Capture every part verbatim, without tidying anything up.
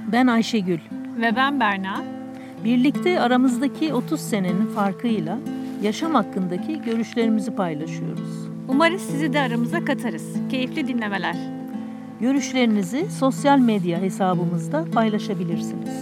Ben Ayşegül. Ve ben Berna. Birlikte aramızdaki otuz senenin farkıyla yaşam hakkındaki görüşlerimizi paylaşıyoruz. Umarız sizi de aramıza katarız. Keyifli dinlemeler. Görüşlerinizi sosyal medya hesabımızda paylaşabilirsiniz.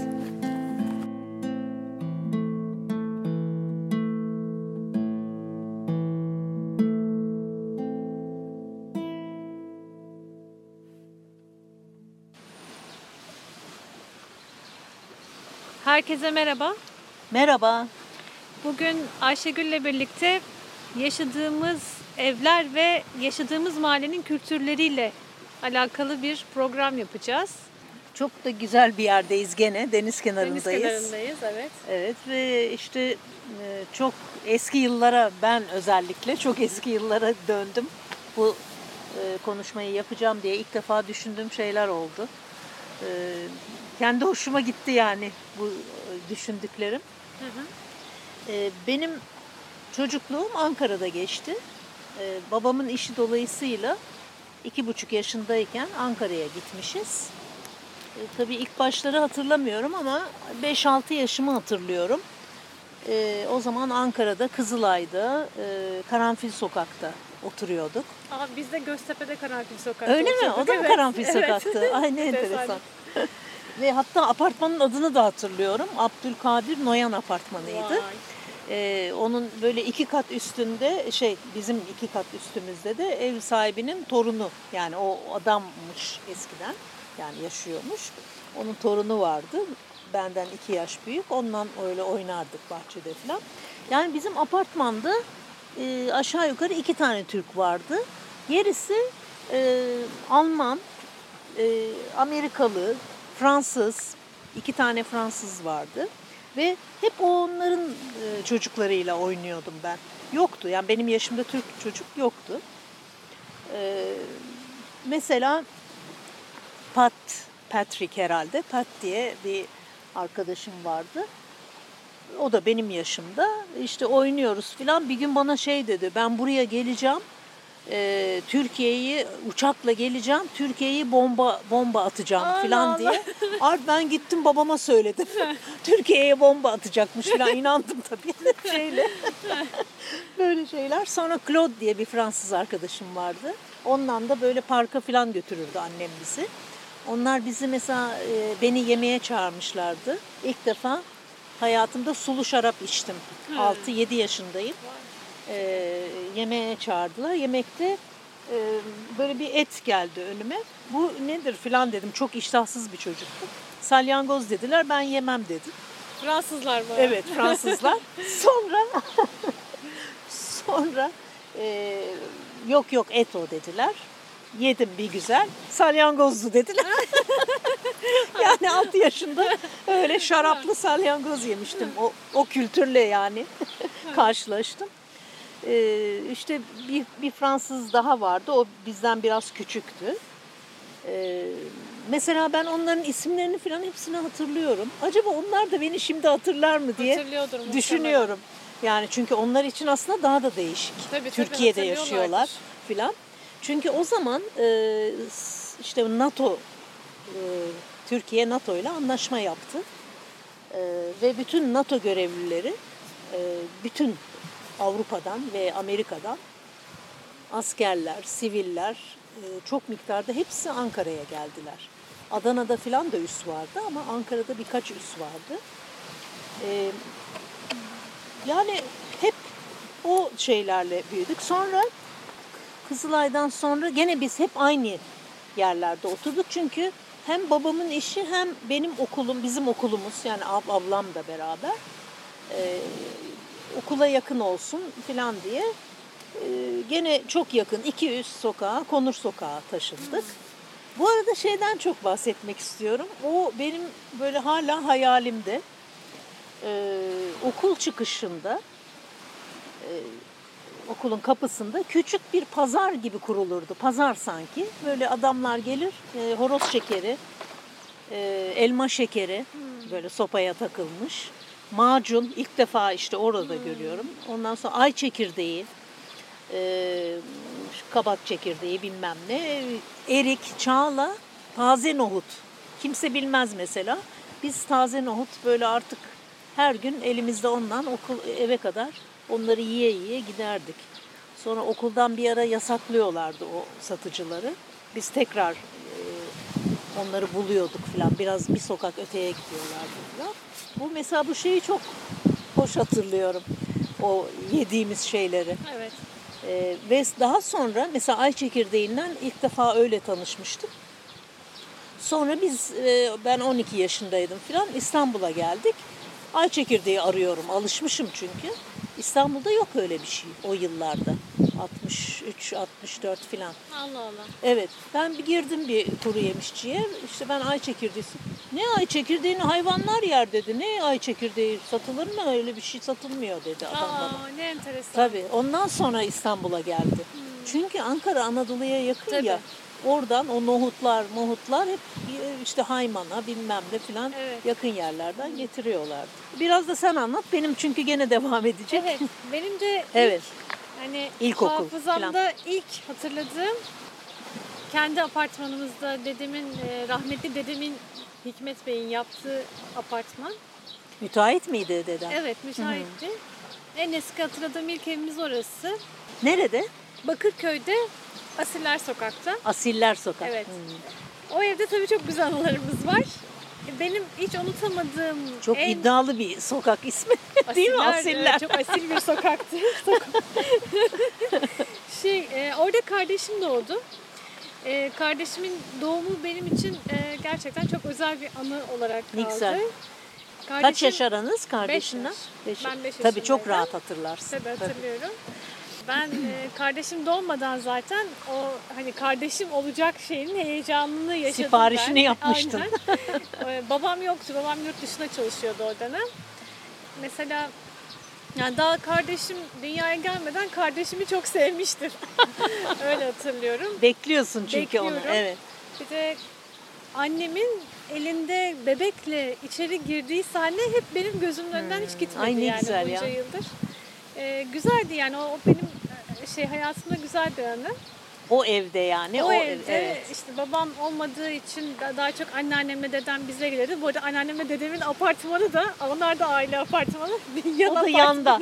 Herkese merhaba. Merhaba. Bugün Ayşegül'le birlikte yaşadığımız evler ve yaşadığımız mahallenin kültürleriyle alakalı bir program yapacağız. Çok da güzel bir yerdeyiz gene. Deniz kenarındayız. Deniz kenarındayız, evet. Evet ve işte çok eski yıllara, ben özellikle çok eski yıllara döndüm. Bu konuşmayı yapacağım diye ilk defa düşündüğüm şeyler oldu. Kendi hoşuma gitti yani bu düşündüklerim. Hı hı. Benim çocukluğum Ankara'da geçti. Babamın işi dolayısıyla iki buçuk yaşındayken Ankara'ya gitmişiz. Tabii ilk başları hatırlamıyorum ama beş altı yaşımı hatırlıyorum. O zaman Ankara'da, Kızılay'da, Karanfil Sokak'ta oturuyorduk. Aa, biz de Göztepe'de Karanfil Sokak'ta Öyle oturduk. mi? O da mı evet. Karanfil Evet. Sokak'tı? Ay ne enteresan. Ve hatta apartmanın adını da hatırlıyorum. Abdülkadir Noyan Apartmanı'ydı. Ee, onun böyle iki kat üstünde şey bizim iki kat üstümüzde de ev sahibinin torunu, yani o adammış eskiden, yani yaşıyormuş. Onun torunu vardı. Benden iki yaş büyük. Ondan öyle oynardık bahçede falan. Yani bizim apartmanda e, aşağı yukarı iki tane Türk vardı. Gerisi e, Alman, e, Amerikalı, Fransız, iki tane Fransız vardı ve hep onların e, çocuklarıyla oynuyordum ben. Yoktu, yani benim yaşımda Türk çocuk yoktu. E, mesela Pat, Patrick herhalde, Pat diye bir arkadaşım vardı. O da benim yaşımda. İşte oynuyoruz filan. Bir gün bana şey dedi, ben buraya geleceğim. Ee, Türkiye'yi uçakla geleceğim, Türkiye'yi bomba bomba atacağım filan diye. Art ben gittim babama söyledim. Türkiye'ye bomba atacakmış filan, inandım tabii şeyle. Böyle şeyler. Sonra Claude diye bir Fransız arkadaşım vardı. Ondan da böyle parka filan götürürdü annem bizi. Onlar bizi mesela e, beni yemeğe çağırmışlardı. İlk defa hayatımda sulu şarap içtim. Hmm. altı yedi yaşındayım. E, yemeğe çağırdılar. Yemekte e, böyle bir et geldi önüme. Bu nedir filan dedim. Çok iştahsız bir çocuktum. Salyangoz dediler. Ben yemem dedim. Fransızlar mı? Evet, Fransızlar. Sonra sonra e, yok yok et o dediler. Yedim bir güzel. Salyangozlu dediler. Yani altı yaşında öyle şaraplı salyangoz yemiştim. O, o kültürle yani karşılaştım. Ee, işte bir, bir Fransız daha vardı. O bizden biraz küçüktü. Ee, mesela ben onların isimlerini falan hepsini hatırlıyorum. Acaba onlar da beni şimdi hatırlar mı diye düşünüyorum. Yani çünkü onlar için aslında daha da değişik. Tabii, Türkiye'de tabii, yaşıyorlar filan. Çünkü o zaman e, işte NATO, e, Türkiye NATO ile anlaşma yaptı. E, ve bütün NATO görevlileri, e, bütün Avrupa'dan ve Amerika'dan askerler, siviller e, çok miktarda hepsi Ankara'ya geldiler. Adana'da filan da üs vardı ama Ankara'da birkaç üs vardı. E, yani hep o şeylerle büyüdük. Sonra Kızılay'dan sonra gene biz hep aynı yerlerde oturduk. Çünkü hem babamın işi hem benim okulum, bizim okulumuz, yani ab, ablam da beraber e, okula yakın olsun filan diye e, gene çok yakın iki üst sokağa, Konur Sokağa taşındık. Bu arada şeyden çok bahsetmek istiyorum. O benim böyle hala hayalimde. E, okul çıkışında e, okulun kapısında küçük bir pazar gibi kurulurdu. Pazar sanki. Böyle adamlar gelir, e, horoz şekeri, e, elma şekeri böyle sopaya takılmış. Macun ilk defa işte orada hmm. görüyorum. Ondan sonra ay çekirdeği, e, kabak çekirdeği bilmem ne, erik, çağla, taze nohut kimse bilmez mesela. Biz taze nohut böyle artık her gün elimizde ondan okul eve kadar onları yiye yiye giderdik. Sonra okuldan bir ara yasaklıyorlardı o satıcıları. Biz tekrar e, onları buluyorduk falan. Biraz bir sokak öteye gidiyorlardı falan. Bu mesela bu şeyi çok hoş hatırlıyorum. O yediğimiz şeyleri. Evet. Ee, ve daha sonra mesela ay çekirdeğinden ilk defa öyle tanışmıştım. Sonra biz e, ben on iki yaşındaydım falan, İstanbul'a geldik. Ay çekirdeği arıyorum. Alışmışım çünkü. İstanbul'da yok öyle bir şey o yıllarda. altmış üç altmış dört falan. Allah Allah. Evet. Ben bir girdim bir kuru yemişçiye. İşte ben ay çekirdeği. Ne ay çekirdeğini hayvanlar yer dedi. Ne ay çekirdeği satılır mı? Öyle bir şey satılmıyor dedi adam bana. Aa, ne enteresan. Tabii. Ondan sonra İstanbul'a geldi. Çünkü Ankara Anadolu'ya yakın Tabii. ya. Oradan o nohutlar, mohutlar hep işte Hayman'a bilmem ne filan Evet. yakın yerlerden getiriyorlardı. Biraz da sen anlat. Benim çünkü gene devam edecek. Evet. Benim de Evet. ilk, hani İlkokul hafızamda falan. ilk hatırladığım kendi apartmanımızda dedemin, e, rahmetli dedemin Hikmet Bey'in yaptığı apartman. Müteahhit miydi dedem? Evet, müsaitti. En eski hatırladığım ilk evimiz orası. Nerede? Bakırköy'de Asiller Sokak'ta. Asiller Sokak. Evet. Hmm. O evde tabii çok güzel anılarımız var. Benim hiç unutamadığım Çok en iddialı bir sokak ismi. Değil mi? Asiller. evet, çok asil bir sokaktı. Sokak. şey, e, orada kardeşim doğdu. E, kardeşimin doğumu benim için e, gerçekten çok özel bir anı olarak kaldı. Ne güzel. Kardeşim, Kaç yaş aranız kardeşinle? yaş. Beş. Ben beş Tabii çok yaşındaydım. rahat hatırlarsın. Tabii hatırlıyorum. Ben e, kardeşim doğmadan zaten o hani kardeşim olacak şeyin heyecanını yaşadım. Siparişini ben. yapmıştın. Aynen. E, babam yoktu. Babam yurt dışına çalışıyordu o dönem. Mesela yani daha kardeşim dünyaya gelmeden kardeşimi çok sevmiştir. Öyle hatırlıyorum. Bekliyorsun çünkü onu. Bekliyorum. Evet. Bir de annemin elinde bebekle içeri girdiği sahne hep benim gözümün önünden hiç gitmedi. Ay ne yani güzel bunca ya. yıldır. Ee, güzeldi yani o, o benim e, şey hayatımda güzel bir anı. O evde yani. o, O, ev, evde evet. işte babam olmadığı için da- daha çok anneannemle dedem bize gelirdi. Bu arada anneannemle dedemin apartmanı da onlar da aile apartmanı. Yan O da apartmanı. yanda.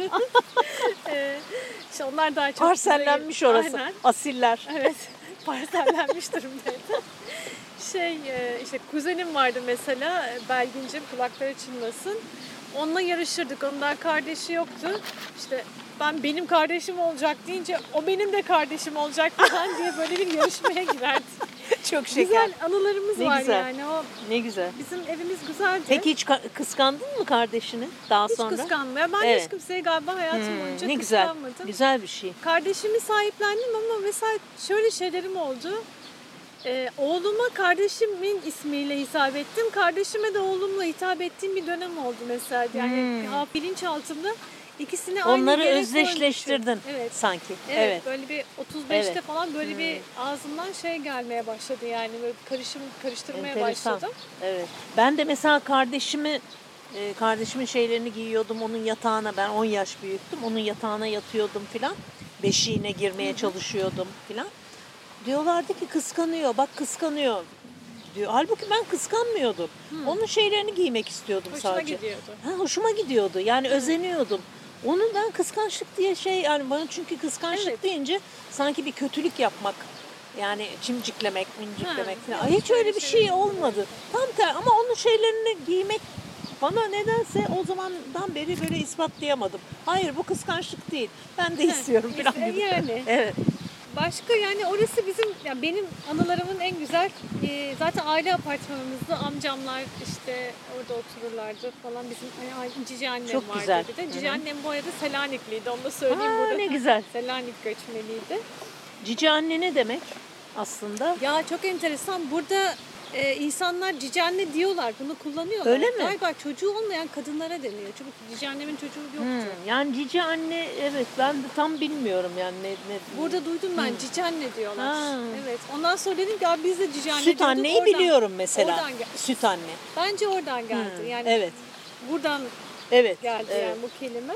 ee, işte onlar daha çok Parsellenmiş bize- orası. Aynen. Asiller. Evet, parsellenmiş durumdaydı. Şey, e, işte kuzenim vardı mesela, e, Belgin'cim kulakları çınlasın. Onunla yarışırdık, onun daha kardeşi yoktu. İşte ben benim kardeşim olacak deyince o benim de kardeşim olacak falan diye böyle bir yarışmaya girerdik. Çok şeker. Güzel anılarımız Ne var güzel. yani. O Ne güzel. bizim evimiz güzeldi. Peki hiç ka- kıskandın mı kardeşini daha hiç sonra? kıskanmıyor. Ben Evet. hiç kimseyi galiba hayatım Hmm, boyunca ne güzel. kıskanmadım. Güzel bir şey. Kardeşimi sahiplendim ama mesela şöyle şeylerim oldu. Ee, oğluma kardeşimin ismiyle hitap ettim. Kardeşime de oğlumla hitap ettiğim bir dönem oldu mesela. Yani Hmm. ha, bilinçaltımda ikisini aynı Onları yere özdeşleştirdin koymuşum. Evet. sanki. Evet, Evet. böyle bir otuz beşte Evet. falan böyle bir ağzımdan şey gelmeye başladı yani böyle karışım karıştırmaya Enteresan. başladım. Evet. Ben de mesela kardeşimi e, kardeşimin şeylerini giyiyordum onun yatağına. Ben on yaş büyüktüm. Onun yatağına yatıyordum filan. Beşiğine girmeye çalışıyordum filan. Diyorlardı ki kıskanıyor. Bak kıskanıyor diyor. Halbuki ben kıskanmıyordum. Onun şeylerini giymek istiyordum Hoşuma sadece. gidiyordu. Ha, hoşuma gidiyordu. Yani özeniyordum. Onu ben kıskançlık diye şey yani bana çünkü kıskançlık Evet. deyince sanki bir kötülük yapmak. Yani çimciklemek, minciklemek Ha, falan. yok, Hiç öyle öyle bir şeyler şey olmadı. Tam tersi ama onun şeylerini giymek bana nedense o zamandan beri böyle ispatlayamadım. Hayır bu kıskançlık değil. Ben de istiyorum falan İşte gibi. yani. Evet. Başka yani orası bizim yani benim anılarımın en güzel e, zaten aile apartmanımızda amcamlar işte orada otururlardı falan bizim hani, cici annem Çok vardı güzel. bir de. Cici Hı hı. annem bu arada Selanikliydi onu da söyleyeyim Aa, burada. ne güzel. Selanik göçmeniydi. Cici anne ne demek aslında? Ya çok enteresan burada e, insanlar cici anne diyorlar bunu kullanıyorlar. Öyle mi? Galiba çocuğu olmayan kadınlara deniyor. Çünkü cici annemin çocuğu yoktu. Hmm, yani cici anne evet ben de tam bilmiyorum yani ne, ne Burada duydum ben cici anne diyorlar. Ha. Evet. Ondan sonra dedim ki abi biz de cici anne süt diyorduk. anneyi Oradan- biliyorum mesela. oradan gel- Süt anne. Bence oradan geldi. Hmm, Yani evet. buradan Evet. geldi evet. yani bu kelime.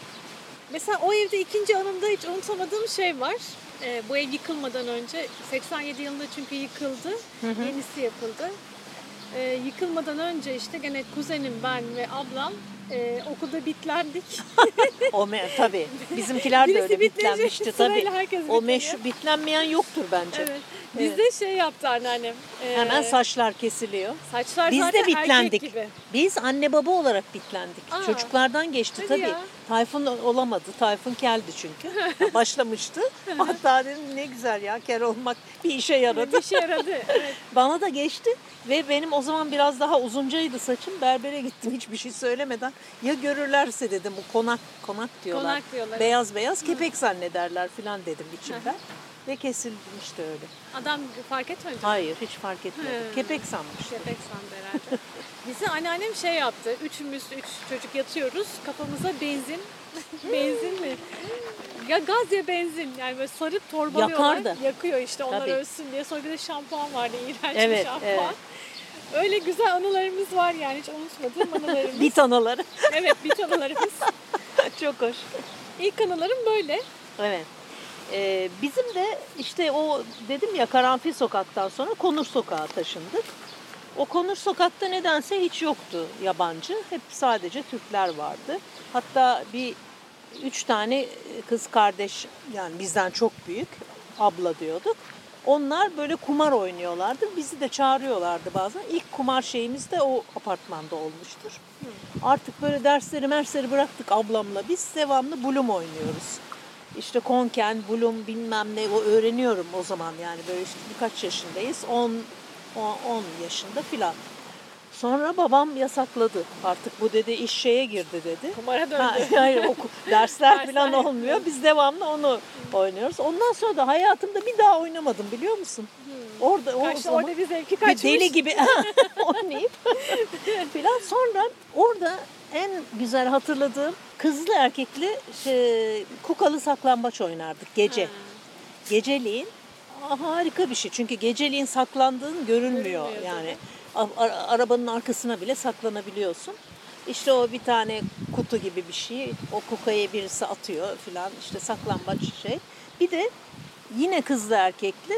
Mesela o evde ikinci anımda hiç unutamadığım şey var. Ee, bu ev yıkılmadan önce seksen yedi yılında çünkü yıkıldı. Yenisi yapıldı. e, yıkılmadan önce işte gene kuzenim, ben ve ablam e, okulda bitlendik. O me- tabii. Bizimkiler de Birisi öyle bitleyince bitlenmişti tabii. sırayla herkes O bitleniyor. meşhur bitlenmeyen yoktur bence. Evet. Bizde şey yaptı anneannem. e, Hemen saçlar kesiliyor. Saçlar Biz zaten de bitlendik. erkek gibi. Biz anne baba olarak bitlendik. Aa, Çocuklardan geçti hadi tabii. ya. Tayfun olamadı. Tayfun keldi çünkü. Başlamıştı. Hatta dedim ne güzel ya kel olmak bir işe yaradı. Bir şey yaradı. Evet. Bana da geçti ve benim o zaman biraz daha uzuncaydı saçım. Berbere gittim hiçbir şey söylemeden. Ya görürlerse dedim bu konak konak diyorlar. Konak diyorlar. Beyaz beyaz kepek zannederler falan dedim içimden. Ve kesildim işte öyle. Adam fark etmedi. Hayır hiç fark etmedim. Hı. Kepek sanmış. Şefek sandı herhalde. Bize anneannem şey yaptı. Üçümüz, üç çocuk yatıyoruz. Kafamıza benzin. Benzin mi? Ya gaz ya benzin. Yani böyle sarıp torbalıyorlar. Yakar da. Yakıyor işte onlar Tabii. ölsün diye. Sonra bir de şampuan vardı. İğrenç Evet, bir şampuan. evet. Öyle güzel anılarımız var yani. Hiç unutmadığım anılarımız. Bit anaları. Evet, bit anılarımız. Çok hoş. İlk anılarım böyle. Evet. Ee, bizim de işte o dedim ya Karanfil Sokak'tan sonra Konur Sokak'a taşındık. O Konur Sokak'ta nedense hiç yoktu yabancı. Hep sadece Türkler vardı. Hatta bir üç tane kız kardeş yani bizden çok büyük abla diyorduk. Onlar böyle kumar oynuyorlardı. Bizi de çağırıyorlardı bazen. İlk kumar şeyimiz de o apartmanda olmuştur. Artık böyle dersleri mersleri bıraktık ablamla. Biz devamlı Bloom oynuyoruz. İşte Konken, Bloom bilmem ne o öğreniyorum o zaman yani böyle işte birkaç yaşındayız. on on yaşında filan. Sonra babam yasakladı. Artık bu dedi iş şeye girdi dedi. Kumara döndü. Ha, hayır o dersler Dersler falan olmuyor. Biz devamlı onu oynuyoruz. Ondan sonra da hayatımda bir daha oynamadım biliyor musun? Orada o Kaçtı, zaman orada bir zevki bir kaçmış. deli gibi oynayıp filan. Sonra orada en güzel hatırladığım kızlı erkekli şey, kukalı saklambaç oynardık gece. Ha. Geceliğin aa, harika bir şey. Çünkü geceliğin saklandığın görünmüyor. Görünmüyor Yani a- a- arabanın arkasına bile saklanabiliyorsun. İşte o bir tane kutu gibi bir şey. O kukayı birisi atıyor filan. İşte saklambaç şey. Bir de yine kızlı erkekli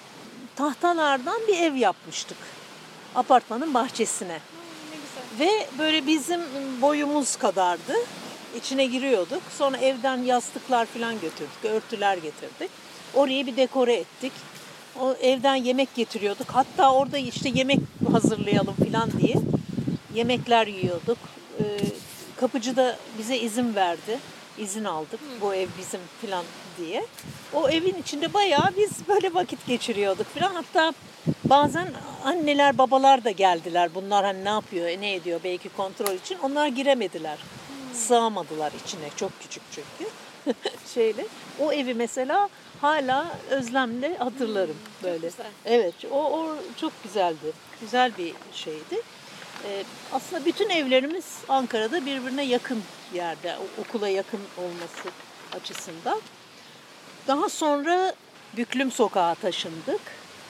tahtalardan bir ev yapmıştık. Apartmanın bahçesine. Ne güzel. Ve böyle bizim boyumuz kadardı. İçine giriyorduk. Sonra evden yastıklar falan götürdük. Örtüler getirdik. Orayı bir dekore ettik. O evden yemek getiriyorduk. Hatta orada işte yemek hazırlayalım falan diye yemekler yiyorduk. Ee, kapıcı da bize izin verdi. İzin aldık. Bu ev bizim falan diye. O evin içinde bayağı biz böyle vakit geçiriyorduk falan. Hatta bazen anneler babalar da geldiler. Bunlar hani ne yapıyor, ne ediyor belki kontrol için. Onlar giremediler. Sığamadılar içine. Çok küçük çünkü. Şeyle. O evi mesela hala özlemle hatırlarım böyle. güzel. Evet, o, o çok güzeldi. Güzel bir şeydi. Ee, aslında bütün evlerimiz Ankara'da birbirine yakın yerde, okula yakın olması açısından. Daha sonra Büklüm Sokak'a taşındık.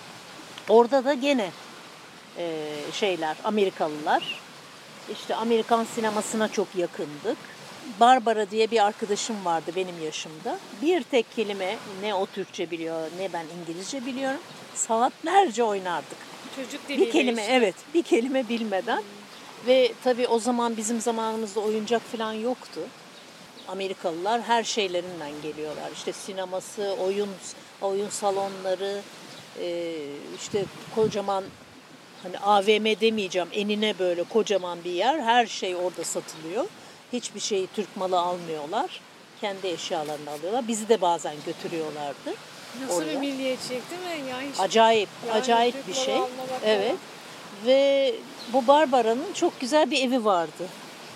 Orada da gene e, şeyler, Amerikalılar. İşte Amerikan sinemasına çok yakındık. Barbara diye bir arkadaşım vardı benim yaşımda. Bir tek kelime ne o Türkçe biliyor ne ben İngilizce biliyorum. Saatlerce oynardık. Çocuk diliyle Bir kelime işte. evet bir kelime bilmeden. Ve tabii o zaman bizim zamanımızda oyuncak falan yoktu. Amerikalılar her şeylerinden geliyorlar. İşte sineması, oyun oyun salonları, e, işte kocaman hani A V M demeyeceğim enine böyle kocaman bir yer. Her şey orada satılıyor. Hiçbir şeyi Türk malı almıyorlar. Kendi eşyalarını alıyorlar. Bizi de bazen götürüyorlardı. Nasıl oraya. bir milliyetçilik değil mi? Ya hiç Acayip, yani acayip Türk bir malı şey. almamak Evet. falan. Ve bu Barbara'nın çok güzel bir evi vardı.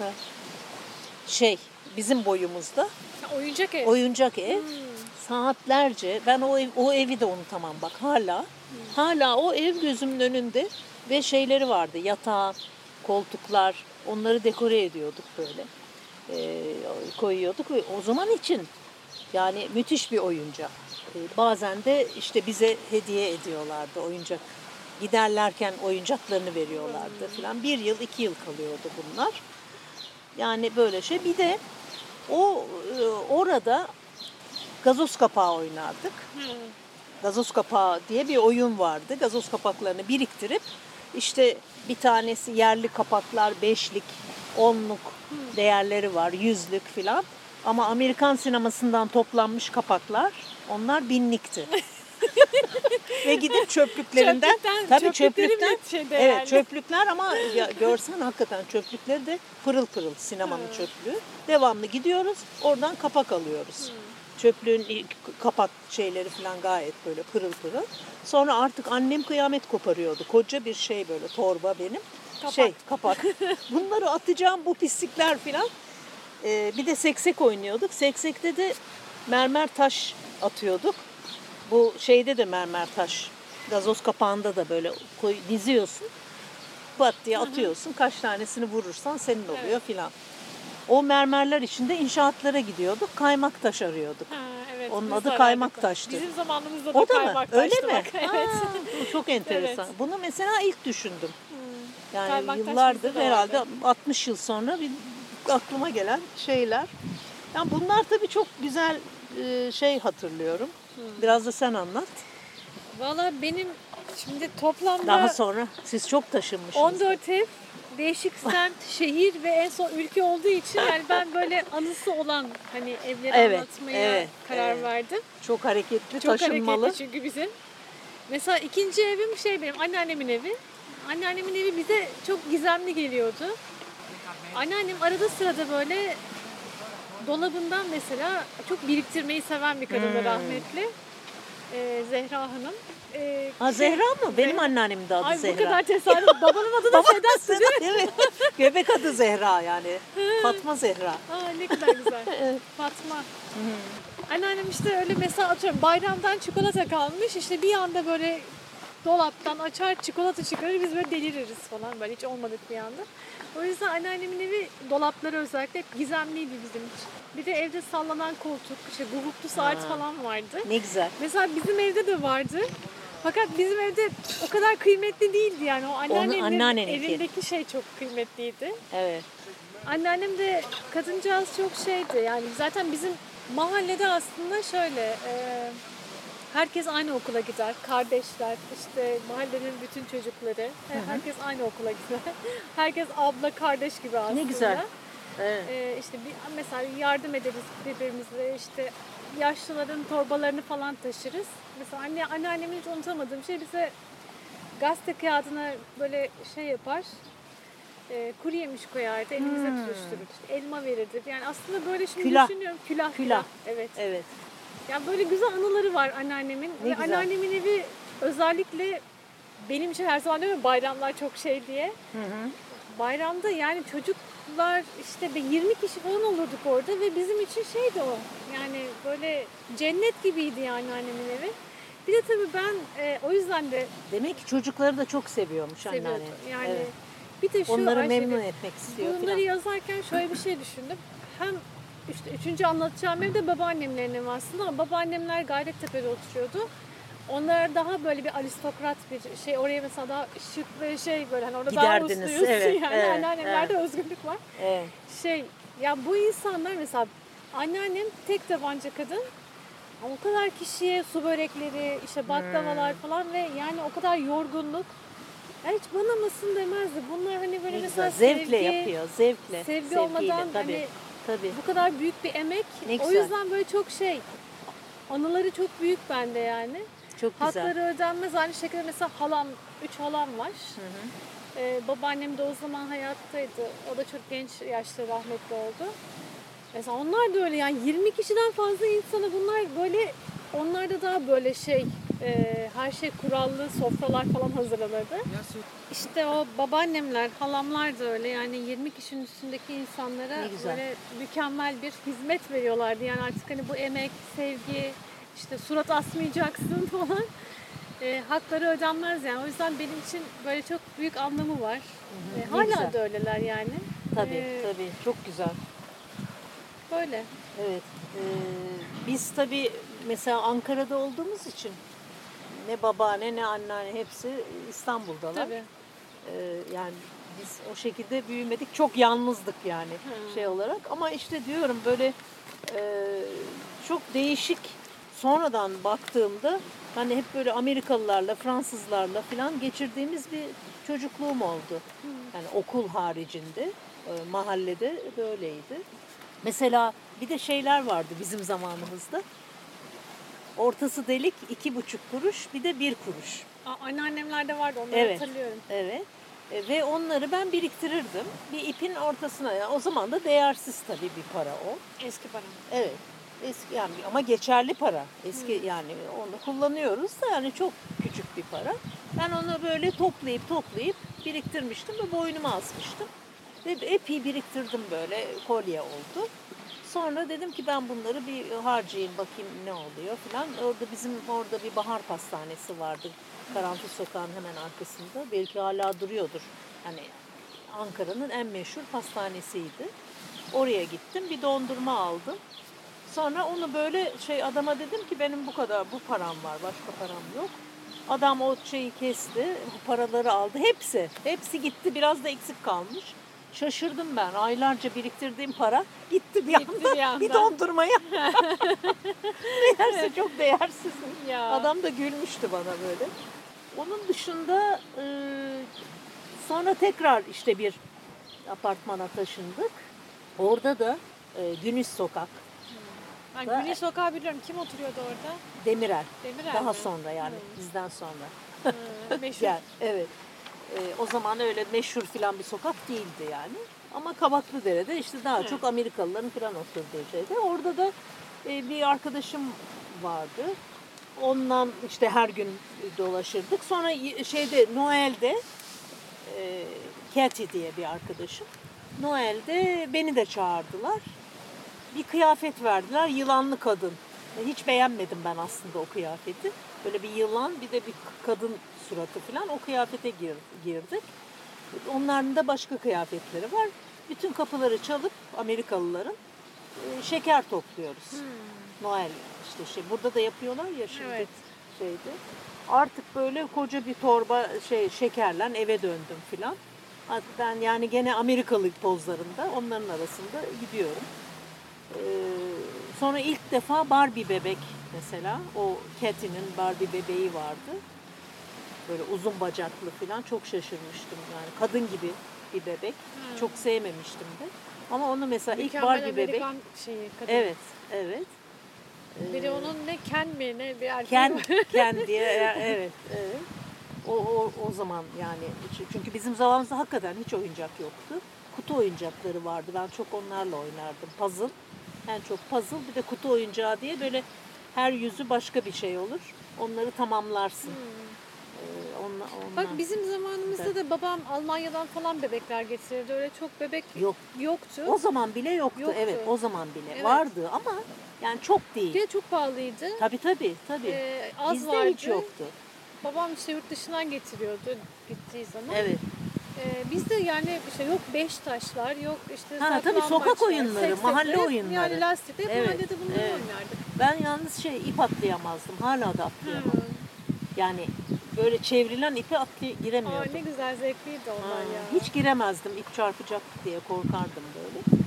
Şey, bizim boyumuzda. Ha, oyuncak ev. Oyuncak ev. Hmm. Saatlerce ben o ev, o evi de unutamam bak hala. Hala o ev gözümün önünde ve şeyleri vardı. Yatağı, koltuklar, onları dekore ediyorduk böyle. Ee, koyuyorduk ve o zaman için yani müthiş bir oyuncak. Ee, bazen de işte bize hediye ediyorlardı oyuncak. Giderlerken oyuncaklarını veriyorlardı falan. Bir yıl, iki yıl kalıyordu bunlar. Yani böyle şey. Bir de o e, orada gazoz kapağı oynardık. Hmm. Gazoz kapağı diye bir oyun vardı. Gazoz kapaklarını biriktirip İşte bir tanesi yerli kapaklar beşlik, onluk değerleri var, yüzlük filan. Ama Amerikan sinemasından toplanmış kapaklar onlar binlikti. Ve gidip çöplüklerinden, Çöplükten- tabii çöplükleri çöplükten, bile şey değerli. evet çöplükler ama ya, görsen hakikaten çöplükleri de pırıl pırıl sinemanın çöplüğü. Devamlı gidiyoruz, oradan kapak alıyoruz. Çöplüğün ilk kapak şeyleri falan gayet böyle pırıl pırıl. Sonra artık annem kıyamet koparıyordu. Koca bir şey böyle torba benim. Kapak. Şey kapak. Bunları atacağım bu pislikler falan. Ee, bir de seksek oynuyorduk. Seksekte de mermer taş atıyorduk. Bu şeyde de mermer taş. Gazoz kapağında da böyle koy, diziyorsun. Pat diye atıyorsun. Kaç tanesini vurursan senin oluyor Evet. filan. O mermerler içinde inşaatlara gidiyorduk. Kaymak taş arıyorduk. Ha, evet, Onun biz adı de kaymak arardık. taştı. Bizim zamanımızda da O da mı? kaymak Öyle taştı mi? bak. Evet. Aa, bu çok enteresan. Evet. Bunu mesela ilk düşündüm. Yani Kaymak taş yıllardır bizde de herhalde vardı. altmış yıl sonra bir aklıma gelen şeyler. Yani bunlar tabii çok güzel e, şey hatırlıyorum. Biraz da sen anlat. Valla benim şimdi toplamda Daha sonra siz çok taşınmışsınız. on dört ev, değişik semt, şehir ve en son ülke olduğu için yani ben böyle anısı olan hani evleri Evet, anlatmaya evet, karar evet. verdim. Çok hareketli, Çok taşınmalı. hareketli çünkü bizim. Mesela ikinci evim şey benim anneannemin evi. Anneannemin evi bize çok gizemli geliyordu. Anneannem arada sırada böyle dolabından mesela çok biriktirmeyi seven bir kadındı Hmm. rahmetli. Ee, Zehra Hanım. Ee, Ha şey- Zehra mı? Benim Zehra- anneannemin de adı Ay Zehra. bu kadar tesadüf. Babanın adı da Sedat değil mi? Evet. Göbek adı Zehra yani. Fatma Zehra. Aa ne kadar güzel. Fatma. Anneannem işte öyle mesela atıyorum bayramdan çikolata kalmış işte bir anda böyle dolaptan açar çikolata çıkarır biz böyle deliririz falan böyle hiç olmadık bir anda. O yüzden anneannemin evi dolapları özellikle hep gizemliydi bizim için. Bir de evde sallanan koltuk, işte guguklu saat Ha. falan vardı. Ne güzel. Mesela bizim evde de vardı. Fakat bizim evde o kadar kıymetli değildi yani. O anneannemin anneanneninki. evindeki şey çok kıymetliydi. Evet. Anneannem de kadıncağız çok şeydi yani zaten bizim mahallede aslında şöyle e, herkes aynı okula gider. Kardeşler, işte mahallenin bütün çocukları. Herkes aynı okula gider. Herkes abla, kardeş gibi aslında. Ne güzel. Evet. E, işte bir, mesela yardım ederiz birbirimize. İşte yaşlıların torbalarını falan taşırız. Mesela anne, anneannemin hiç unutamadığım şey bize gazete kağıdına böyle şey yapar. E, kuru yemiş koyardı, elimize Hmm. tutuşturur. İşte elma verirdi. Yani aslında böyle şimdi Külah. düşünüyorum. Külah. Külah. Evet. Evet. Ya böyle güzel anıları var anneannemin. Ne Ve güzel. anneannemin evi özellikle benim için her zaman diyorum ya, bayramlar çok şey diye. Hı hı. Bayramda yani çocuklar işte bir yirmi kişi falan olurduk orada ve bizim için şeydi o. Yani böyle cennet gibiydi yani annemin evi. Bir de tabii ben e, o yüzden de Demek ki çocukları da çok seviyormuş seviyordum. anneanne. Yani Evet. bir de şu Onları Ayşegül, memnun etmek istiyor bunları falan. yazarken şöyle bir şey düşündüm. Hem işte üçüncü anlatacağım ev de babaannemlerin evi aslında ama babaannemler Gayrettepe'de oturuyordu. Onlar daha böyle bir aristokrat bir şey. Oraya mesela daha şık ve şey böyle hani orada daha Giderdiniz, usluyuz. evet, yani evet, anneannemlerde evet. özgürlük var. Evet. Şey ya bu insanlar mesela anneannem tek tabanca kadın. Ama o kadar kişiye su börekleri, işte baklavalar Hmm. falan ve yani o kadar yorgunluk. Ya hiç bana mısın demezdi. Bunlar hani böyle Ne mesela güzel. Zevkle sevgi, yapıyor. Zevkle. sevgi sevgiyle, olmadan tabii. hani Tabii. bu kadar büyük bir emek. Ne O güzel. yüzden böyle çok şey anıları çok büyük bende yani. Çok güzel. Hakları ödenmez. Aynı şekilde mesela halam, üç halam var. Hı hı. Ee, babaannem de o zaman hayattaydı. O da çok genç yaşta rahmetli oldu. Mesela onlar da öyle yani yirmi kişiden fazla insana bunlar böyle onlar da daha böyle şey e, her şey kurallı sofralar falan hazırlanırdı. İşte o babaannemler, halamlar da öyle yani yirmi kişinin üstündeki insanlara Ne güzel. böyle mükemmel bir hizmet veriyorlardı. Yani artık hani bu emek, sevgi, işte surat asmayacaksın falan. E, hakları ödenmez yani. O yüzden benim için böyle çok büyük anlamı var. E, Ne hala güzel. da öyleler yani. Tabii, Ee, tabii. Çok güzel. Böyle. Evet. Ee, biz tabii mesela Ankara'da olduğumuz için ne babaanne ne anneanne hepsi İstanbul'dalar. Tabii. Ee, yani biz o şekilde büyümedik. Çok yalnızdık yani Hı. şey olarak. Ama işte diyorum böyle e, çok değişik sonradan baktığımda hani hep böyle Amerikalılarla, Fransızlarla falan geçirdiğimiz bir çocukluğum oldu. Yani okul haricinde, e, mahallede böyleydi. Mesela bir de şeyler vardı bizim zamanımızda. Ortası delik iki buçuk kuruş, bir de bir kuruş. Aa, anneannemlerde vardı, onları Evet. hatırlıyorum. Evet. E, ve onları ben biriktirirdim. Bir ipin ortasına. Yani o zaman da değersiz tabii bir para o. Eski para. Evet. Eski yani ama geçerli para. Eski hmm. yani onu kullanıyoruz da yani çok küçük bir para. Ben onu böyle toplayıp toplayıp biriktirmiştim ve boynuma asmıştım. Ve epey biriktirdim, böyle kolye oldu. Sonra dedim ki ben bunları bir harcayayım, bakayım ne oluyor falan. Orada bizim orada bir bahar pastanesi vardı. Karanfil Sokağı'nın hemen arkasında. Belki hala duruyordur. Hani Ankara'nın en meşhur pastanesiydi. Oraya gittim, bir dondurma aldım. Sonra onu böyle şey adama dedim ki benim bu kadar bu param var, başka param yok. Adam o şeyi kesti, paraları aldı. Hepsi, hepsi gitti. Biraz da eksik kalmış. Şaşırdım ben. Aylarca biriktirdiğim para gitti bir, gitti anda, bir anda. Bir dondurmaya. Meğerse çok değersiz. Ya. Adam da gülmüştü bana böyle. Onun dışında e, sonra tekrar işte bir apartmana taşındık. Orada da e, Güneş Sokak. Ben da, Güneş Sokağı biliyorum. Kim oturuyordu orada? Demirel. Demirel Daha mi? sonra yani hmm. bizden sonra. Hmm, meşhur. Yani, evet. E, o zaman öyle meşhur filan bir sokak değildi yani. Ama Kabaklıdere'de işte daha hmm. çok Amerikalıların filan oturduğu şeyde. Orada da e, bir arkadaşım vardı. Ondan işte her gün dolaşırdık. Sonra şeyde Noel'de e, Katy diye bir arkadaşım. Noel'de beni de çağırdılar. Bir kıyafet verdiler. Yılanlı kadın. Hiç beğenmedim ben aslında o kıyafeti. Böyle bir yılan, bir de bir kadın suratı falan, o kıyafete girdik. Onların da başka kıyafetleri var. Bütün kapıları çalıp Amerikalıların şeker topluyoruz. Hmm. Noel işte şey burada da yapıyorlar ya şimdi evet. şeydi. Artık böyle koca bir torba şey şekerle eve döndüm filan. Artık ben yani gene Amerikalı pozlarında onların arasında gidiyorum. Ee, sonra ilk defa Barbie bebek mesela, o Katy'nin Barbie bebeği vardı. Böyle uzun bacaklı filan, çok şaşırmıştım yani, kadın gibi bir bebek. Hmm. Çok sevmemiştim de. Ama onu mesela mükemmel ilk Barbie bebek. Şeyi, kadın. Evet, evet. Biri ee, onun ne Ken mi ne bir erkek Ken, Ken diye evet, evet. O, o, o zaman yani çünkü bizim zamanımızda hakikaten hiç oyuncak yoktu. Kutu oyuncakları vardı. Ben çok onlarla oynardım. Puzzle. En çok puzzle, bir de kutu oyuncağı diye böyle her yüzü başka bir şey olur. Onları tamamlarsın. Hmm. Ee, onla, onla... Bak bizim zamanımızda evet. da babam Almanya'dan falan bebekler getirirdi. Öyle çok bebek Yok. yoktu. O zaman bile yoktu. yoktu. Evet, o zaman bile evet. vardı ama yani çok değil. Bir de çok pahalıydı. Tabii tabii. tabii. Ee, az Bizde vardı. hiç yoktu. Babam işte yurt dışından getiriyordu gittiği zaman. Evet. Ee, bizde yani işte yok beş taşlar, yok işte ha, tabii sokak oyunları, seksek, mahalle oyunları. Yani lastikte evet. mahallede bunları evet. oynardık. Ben yalnız şey ip atlayamazdım. Hala da atlayamam. Hmm. Yani böyle çevrilen ipi atlay giremiyordum. Aa, ne güzel, zevkliydi onlar ha, ya. Hiç giremezdim. İp çarpacak diye korkardım böyle.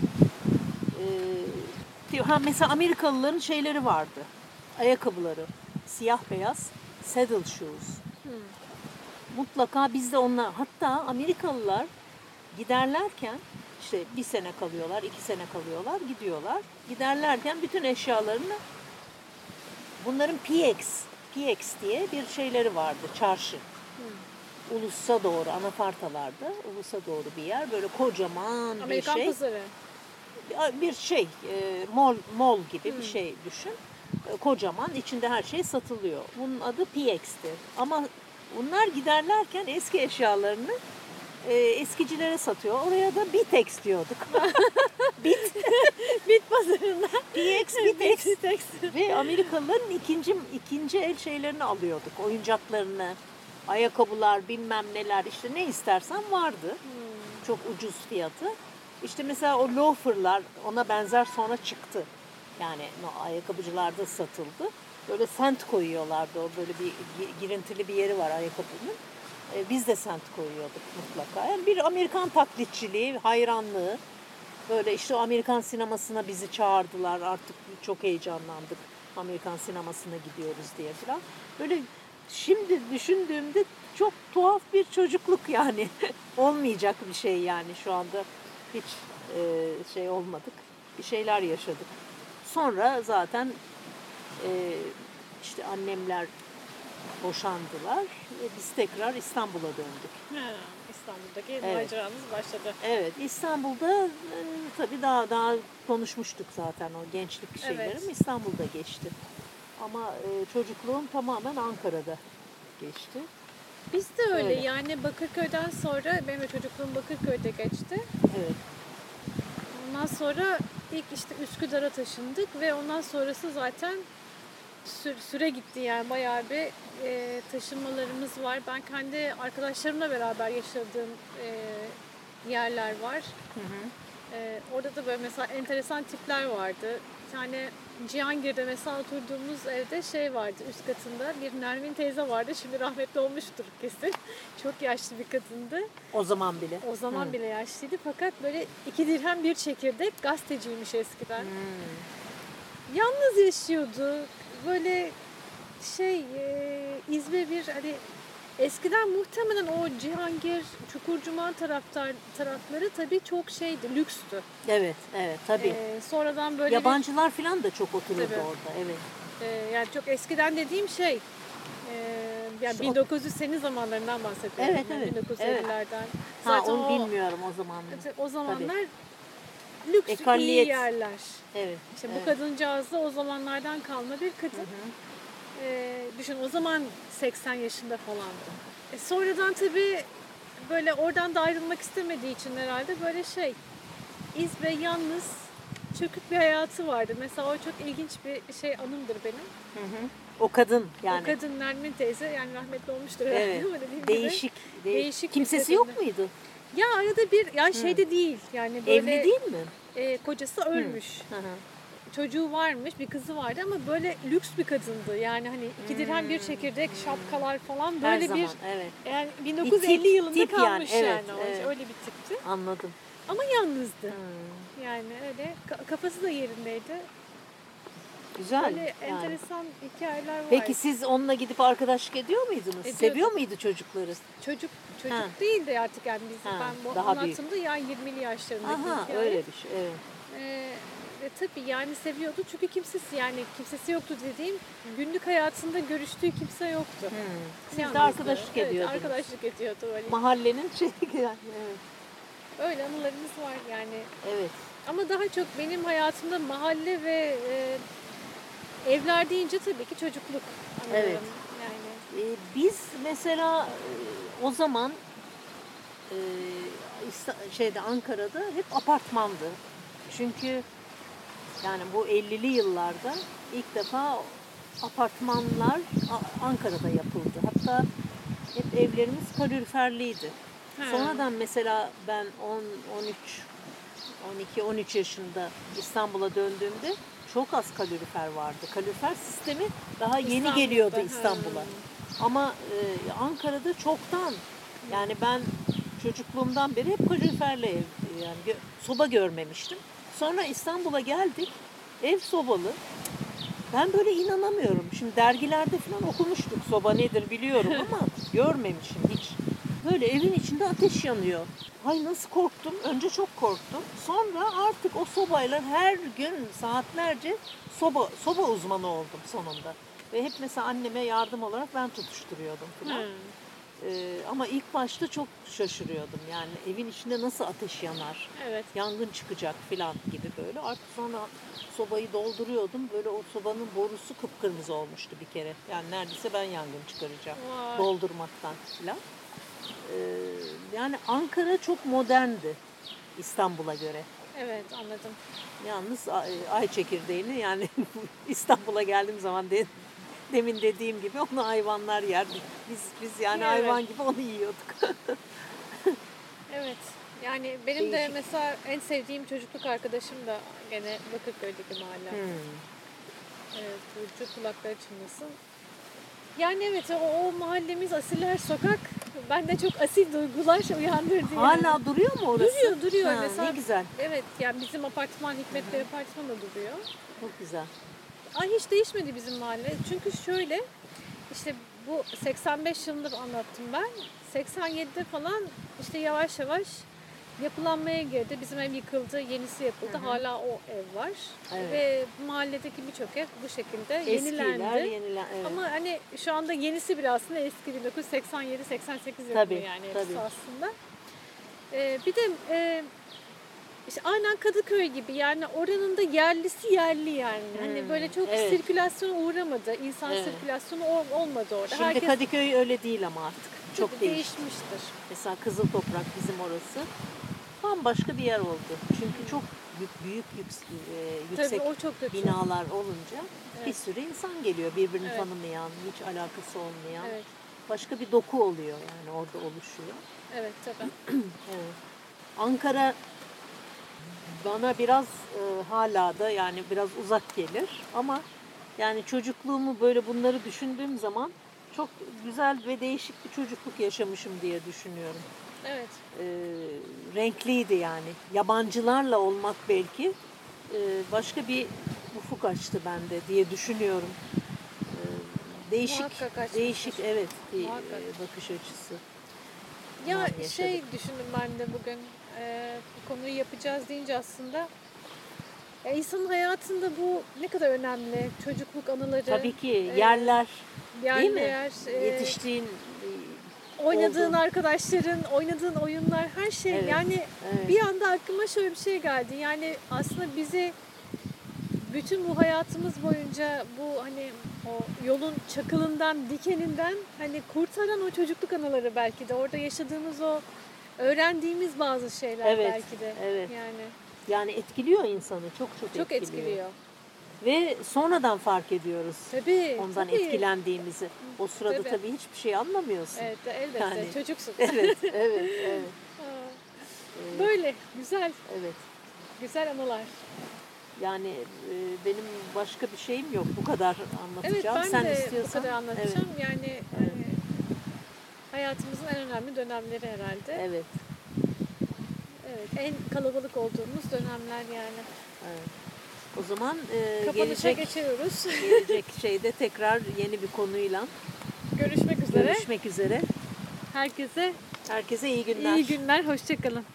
Ee, ha mesela Amerikalıların şeyleri vardı. Ayakkabıları. Siyah beyaz saddle shoes. Hmm. Mutlaka biz de onlar, hatta Amerikalılar giderlerken işte bir sene kalıyorlar, iki sene kalıyorlar, gidiyorlar. Giderlerken bütün eşyalarını, bunların P X, P X diye bir şeyleri vardı, çarşı. Hmm. Ulus'a doğru, anafartalarda, Ulus'a doğru bir yer, böyle kocaman Amerikan bir şey. Amerikan pazarı. Bir şey, e, mall, mall gibi hmm. bir şey düşün. E, kocaman, içinde her şey satılıyor. Bunun adı P X'ti. Ama bunlar giderlerken eski eşyalarını e, eskicilere satıyor. Oraya da Bitex diyorduk. Bit. Bit pazarında. P X, Bitex. Bitex. Ve Amerikalıların ikinci ikinci el şeylerini alıyorduk. Oyuncaklarını, ayakkabılar, bilmem neler, işte ne istersen vardı. Hmm. Çok ucuz fiyatı. İşte mesela o loafer'lar, ona benzer sonra çıktı. Yani no, ayakkabıcılarda satıldı. Böyle sent koyuyorlardı. O böyle bir girintili bir yeri var ayakkabının. Ee, biz de sent koyuyorduk mutlaka. Yani bir Amerikan taklitçiliği, hayranlığı. Böyle işte o Amerikan sinemasına bizi çağırdılar. Artık çok heyecanlandık. Amerikan sinemasına gidiyoruz diye falan. Böyle şimdi düşündüğümde çok tuhaf bir çocukluk yani. Olmayacak bir şey yani şu anda hiç e, şey olmadık. Bir şeyler yaşadık. Sonra zaten e, işte annemler boşandılar ve biz tekrar İstanbul'a döndük. Ha, İstanbul'daki Evet. maceramız başladı. Evet, İstanbul'da e, tabii daha daha konuşmuştuk zaten o gençlik şeylerim. Evet. İstanbul'da geçti. Ama e, çocukluğum tamamen Ankara'da geçti. Biz de öyle, Öyle. yani Bakırköy'den sonra benim de çocukluğum Bakırköy'de geçti. Evet. Ondan sonra ilk işte Üsküdar'a taşındık ve ondan sonrası zaten sü- süre gitti yani bayağı bir e, taşınmalarımız var. Ben kendi arkadaşlarımla beraber yaşadığım e, yerler var. Hı hı. E, orada da böyle mesela enteresan tipler vardı. Bir tane Cihangir'de mesela oturduğumuz evde şey vardı, üst katında bir Nermin teyze vardı. Şimdi rahmetli olmuştur kesin. Çok yaşlı bir kadındı. O zaman bile. O zaman Hı. bile yaşlıydı fakat böyle iki dirhem bir çekirdek, gazeteciymiş eskiden. Hmm. Yalnız yaşıyordu. Böyle şey e, izbe bir hani eskiden muhtemelen o Cihangir, Çukurcuman taraftar tarafları tabii çok şeydi, lükstü. Evet, evet tabii. E, sonradan böyle bir- Yabancılar falan da çok otururdu Tabii. orada. Evet. e, yani çok eskiden dediğim şey e, yani İşte bin dokuz yüz senin zamanlarından bahsediyorum. Evet, yani evet, bin dokuz yüz ellilerden. Ha Zaten onu o, bilmiyorum o zamanlar. o zamanlar lüks iyi Ekaliyet. yerler. Evet. İşte evet. bu kadıncağız da o zamanlardan kalma bir kadın. Hı hı. Ee, düşün o zaman seksen yaşında falandı. E, sonradan tabii böyle oradan da ayrılmak istemediği için herhalde böyle şey izbe yalnız çökük bir hayatı vardı. Mesela o çok ilginç bir şey anımdır benim. Hı hı. O kadın yani. O kadın Nermin teyze yani rahmetli olmuştur herhalde Evet. ama dediğim gibi. Değişik, değişik. Değişik bir Kimsesi kadındı. yok muydu? Ya arada bir ya şeyde değil yani böyle Evli değil mi? e, kocası ölmüş. Hı hı. Çocuğu varmış, bir kızı vardı ama böyle lüks bir kadındı. Yani hani iki dirhem bir çekirdek, şapkalar falan Her böyle zaman bir evet. yani bin dokuz yüz elli tip- yılında tip yani, kalmış yani, evet, o. evet. Öyle bir tipti. Anladım. Ama yalnızdı. Hmm. Yani öyle ka- kafası da yerindeydi. Güzel. Böyle yani. enteresan hikayeler var. Peki siz onunla gidip arkadaşlık ediyor muydunuz? Ediyorduk. Seviyor muydu çocukları? çocuk çocuk Ha. değildi artık yani biz Ha, ben bu daha anlattığımda ya yirmili yaşlarındaki Aha hikaye. öyle bir şey. Evet. Ee, ve tabii yani seviyordu çünkü kimsesi yani kimsesi yoktu dediğim günlük hayatında görüştüğü kimse yoktu. Hmm. Siz Yalnızdı. de arkadaşlık Evet, ediyordunuz. arkadaşlık ediyordu böyle. Mahallenin şeyi yani. Evet. Öyle anılarımız var yani. Evet. Ama daha çok benim hayatımda mahalle ve e, evler deyince tabii ki çocukluk anılarım. Evet. Yani Ee, biz mesela e, o zaman e, İsta- şeyde Ankara'da hep apartmandı. Çünkü yani bu ellili yıllarda ilk defa apartmanlar A- Ankara'da yapıldı. Hatta hep evlerimiz kaloriferliydi. Ha. Sonradan mesela ben on, on üç, on iki, on üç yaşında İstanbul'a döndüğümde çok az kalorifer vardı. Kalorifer sistemi daha yeni İstanbul'da, geliyordu ha. İstanbul'a. Ama e, Ankara'da çoktan yani ben çocukluğumdan beri hep kaloriferle ev, yani gö- soba görmemiştim. Sonra İstanbul'a geldik. Ev sobalı. Ben böyle inanamıyorum. Şimdi dergilerde falan okumuştuk. Soba nedir biliyorum ama görmemişim hiç. Böyle evin içinde ateş yanıyor. Ay nasıl korktum. Önce çok korktum. Sonra artık o sobayla her gün saatlerce soba soba uzmanı oldum sonunda. Ve hep mesela anneme yardım olarak ben tutuşturuyordum falan. hı. Ee, ama ilk başta çok şaşırıyordum. Yani evin içinde nasıl ateş yanar? Evet. Yangın çıkacak falan gibi böyle. Artık sonra sobayı dolduruyordum. Böyle o sobanın borusu kıpkırmızı olmuştu bir kere. Yani neredeyse ben yangın çıkaracağım. Vay. Doldurmaktan falan. Ee, yani Ankara çok moderndi İstanbul'a göre. Evet anladım. Yalnız ay, ay çekirdeğini yani İstanbul'a geldiğim zaman de, demin dediğim gibi onu hayvanlar yerdi. Biz biz yani Evet. hayvan gibi onu yiyorduk. Evet. Yani benim de Değişik. mesela en sevdiğim çocukluk arkadaşım da gene Bakırköy'deki mahalle. Hmm. Evet, Burcu kulakları çınlasın. Yani evet o, o mahallemiz Asiller Sokak bende çok asil duygular uyandırdı yani. Hala duruyor mu orası? Duruyor duruyor Ha, mesela. ne güzel. Evet yani bizim apartman Hikmet Bey apartmanı da duruyor. Çok güzel. Ay hiç değişmedi bizim mahalle. Çünkü şöyle işte bu seksen beş yılında anlattım ben. seksen yedide falan işte yavaş yavaş yapılanmaya girdi. Bizim ev yıkıldı, yenisi yapıldı. Hı hı. Hala o ev var. Evet. Ve mahalledeki birçok ev bu şekilde Eskiler, yenilendi. yenilen, evet. Ama hani şu anda yenisi bile aslında eski bin dokuz yüz seksen yedi seksen sekiz Tabii, yapımı yani hepsi tabii. aslında. Ee, bir de e, işte aynen Kadıköy gibi yani oranın da yerlisi yerli yani. Hani Hmm, böyle çok evet. sirkülasyona uğramadı. İnsan Evet. sirkülasyonu ol- olmadı orada. Şimdi Herkes Kadıköy öyle değil ama artık. Çok çok değişti. değişmiştir. Mesela Kızıl Toprak bizim orası. Bambaşka bir yer oldu. Çünkü çok büyük, büyük yüks- e, yüksek Tabii o çok kötü. binalar olunca bir Evet. sürü insan geliyor. Birbirini Evet. tanımayan, hiç alakası olmayan. Evet, Başka bir doku oluyor yani orada oluşuyor. evet tabii. Evet. Ankara bana biraz e, hala da yani biraz uzak gelir ama yani çocukluğumu böyle bunları düşündüğüm zaman çok güzel ve değişik bir çocukluk yaşamışım diye düşünüyorum. Evet. E, renkliydi yani. Yabancılarla olmak belki e, başka bir ufuk açtı bende diye düşünüyorum. E, değişik, Muhakkak açmıştır. değişik evet bir Muhakkak. e, bakış açısı. Ya Var, yaşadık. şey düşündüm ben de bugün e, bu konuyu yapacağız deyince aslında ya insanın hayatında bu ne kadar önemli. Çocukluk anıları. Tabii ki e, yerler yer değil mi? yer, e, Yetiştiğin oynadığın oldu. arkadaşların, oynadığın oyunlar her şey. Evet, Yani evet. bir anda aklıma şöyle bir şey geldi. Yani aslında bizi bütün bu hayatımız boyunca bu hani o yolun çakılından, dikeninden hani kurtaran o çocukluk anıları belki de. Orada yaşadığımız o öğrendiğimiz bazı şeyler Evet, belki de. evet. Yani Yani etkiliyor insanı çok çok, çok etkiliyor. etkiliyor. Ve sonradan fark ediyoruz Tabii. ondan tabii. etkilendiğimizi. O sırada Tabii. tabii hiçbir şey anlamıyorsun. Evet, elbette. Yani. Çocuksun. Evet, evet, evet. Aa, Evet, Böyle güzel, evet. güzel anılar. Yani e, benim başka bir şeyim yok. Bu kadar Evet, anlatacağım. ben Sen de istiyorsan. bu kadar anlatacağım. Yani Evet. hani, hayatımızın en önemli dönemleri herhalde. Evet, Evet, en kalabalık olduğumuz dönemler yani. evet. O zaman e, Kapanışa gelecek geçiyoruz. gelecek şeyde tekrar yeni bir konuyla Görüşmek üzere. görüşmek üzere. Herkese Herkese iyi günler. iyi günler. Hoşça kalın.